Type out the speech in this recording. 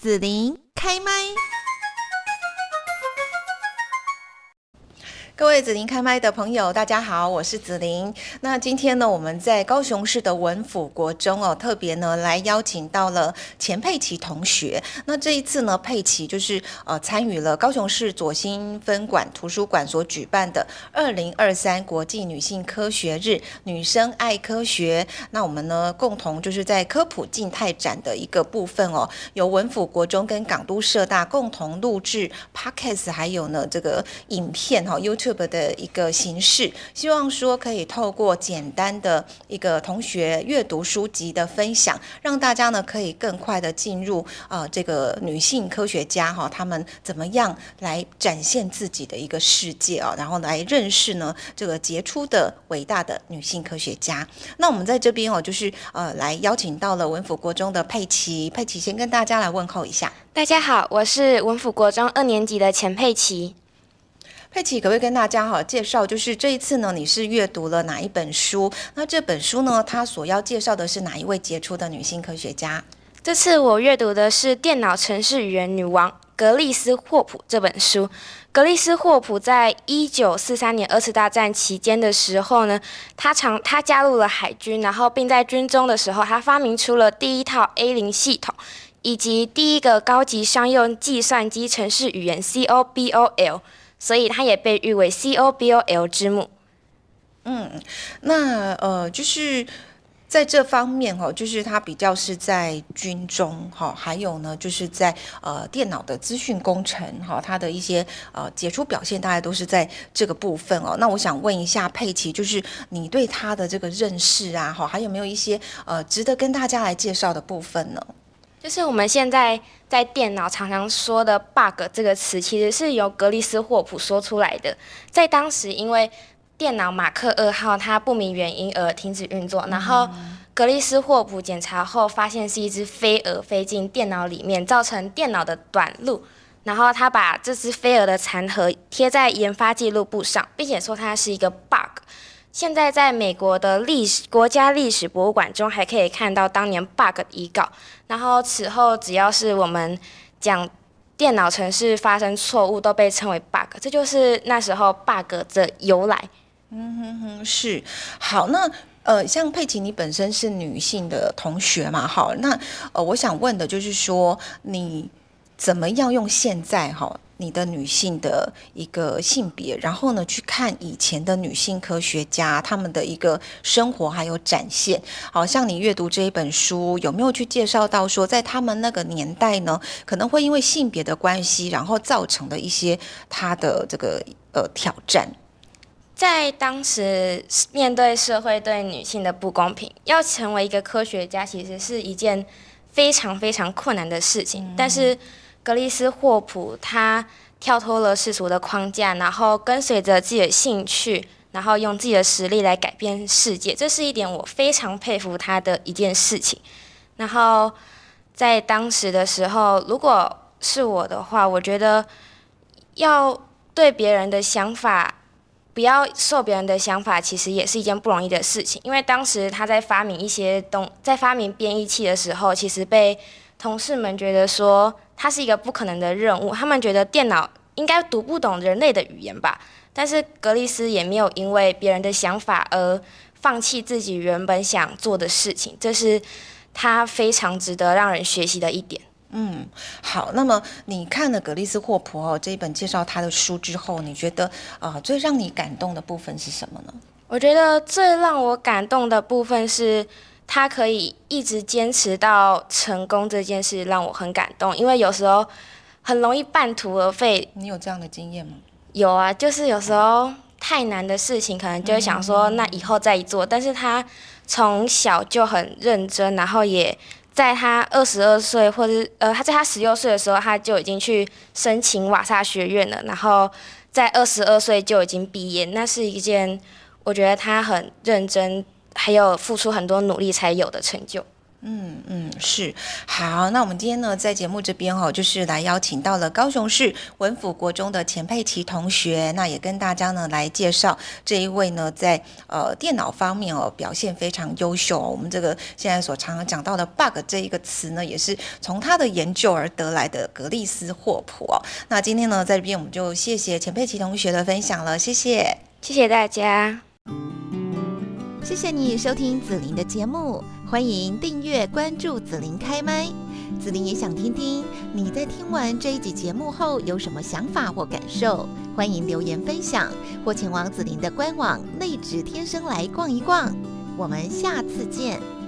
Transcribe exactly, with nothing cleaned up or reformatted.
子琳开麦。各位子琳开麦的朋友，大家好，我是子琳。那今天呢，我们在高雄市的文府国中哦，特别呢来邀请到了钱佩琪同学。那这一次呢，佩琪就是呃参与了高雄市左心分馆图书馆所举办的二零二三国际女性科学日，女生爱科学。那我们呢共同就是在科普静态展的一个部分哦，由文府国中跟港都社大共同录制 Podcast， 还有呢这个影片哈、哦、YouTube。的一个形式，希望说可以透过简单的一个同学阅读书籍的分享，让大家呢可以更快的进入呃这个女性科学家哈、哦，他们怎么样来展现自己的一个世界啊、哦，然后来认识呢这个杰出的伟大的女性科学家。那我们在这边哦，就是呃来邀请到了文府国中的佩琪，佩琪先跟大家来问候一下。 大家好，我是文府国中二年级的钱佩琪。 佩琪可不可以跟大家好介绍，就是这一次呢，你是阅读了哪一本书？那这本书呢，它所要介绍的是哪一位杰出的女性科学家？ 这次我阅读的是电脑程式语言女王格丽斯霍普这本书。格丽斯霍普在一九四三年二次大战期间的时候呢，她常她加入了海军，然后并在军中的时候，她发明出了第一套 A 零 系统，以及第一个高级商用计算机程式语言 C O B O L。所以它也被誉为 C O B O L 之母。 嗯，那呃，就是在这方面哈、哦，就是它比较是在军中哈、哦，还有呢，就是在呃电脑的资讯工程哈、哦，它的一些呃杰出表现，大概都是在这个部分哦。那我想问一下佩琪，就是你对它的这个认识啊，哈，还有没有一些呃值得跟大家来介绍的部分呢？ 就是我们现在在电脑常常说的 bug 这个词，其实是由格丽斯霍普说出来的。在当时，因为电脑马克二号它不明原因而停止运作，然后格丽斯霍普检查后发现是一只飞蛾飞进电脑里面，造成电脑的短路。然后他把这只飞蛾的残骸贴在研发记录簿上，并且说它是一个 bug。现在在美国的历史国家历史博物馆中，还可以看到当年 bug 的遗稿。然后此后，只要是我们讲电脑程式发生错误，都被称为 bug， 这就是那时候 bug 的由来。 嗯哼哼，是。好，那呃，像佩琪，你本身是女性的同学嘛？好，那呃，我想问的就是说，你怎么样用现在哈？你的女性的一个性别，然后呢，去看以前的女性科学家她们的一个生活还有展现。好像你阅读这一本书，有没有去介绍到说，在他们那个年代呢，可能会因为性别的关系，然后造成的一些她的这个呃挑战？ 在当时面对社会对女性的不公平，要成为一个科学家，其实是一件非常非常困难的事情。嗯、但是格丽斯霍普她跳脱了世俗的框架，然后跟随着自己的兴趣，然后用自己的实力来改变世界，这是一点我非常佩服她的一件事情。然后在当时的时候，如果是我的话，我觉得要对别人的想法，不要受别人的想法，其实也是一件不容易的事情。因为当时他在发明一些东，在发明编译器的时候，其实被同事们觉得说它是一个不可能的任务，他们觉得电脑应该读不懂人类的语言吧。但是格丽斯也没有因为别人的想法而放弃自己原本想做的事情，这是他非常值得让人学习的一点。 嗯，好。那么你看了格丽斯霍普哦这一本介绍他的书之后，你觉得呃最让你感动的部分是什么呢？ 我觉得最让我感动的部分是，他可以一直坚持到成功这件事，让我很感动。因为有时候很容易半途而废。 你有这样的经验吗？ 有啊，就是有时候太难的事情，可能就会想说，那以后再做。但是他从小就很认真，然后也在他二十二岁，或者呃，他在他十六岁的时候，他就已经去申请瓦萨学院了，然后在二十二岁就已经毕业。那是一件我觉得他很认真，还有付出很多努力才有的成就。 嗯嗯，是。好，那我们今天呢，在节目这边哦，就是来邀请到了高雄市文府国中的钱佩琪同学，那也跟大家呢来介绍这一位呢，在呃电脑方面哦表现非常优秀哦。我们这个现在所常常讲到的 bug 这一个词呢，也是从他的研究而得来的格丽斯霍普哦。那今天呢，在这边我们就谢谢钱佩琪同学的分享了，谢谢， 谢谢大家。 谢谢你收听子琳的节目，欢迎订阅关注子琳开麦。子琳也想听听你在听完这一集节目后有什么想法或感受，欢迎留言分享，或前往子琳的官网内指天生来逛一逛。我们下次见。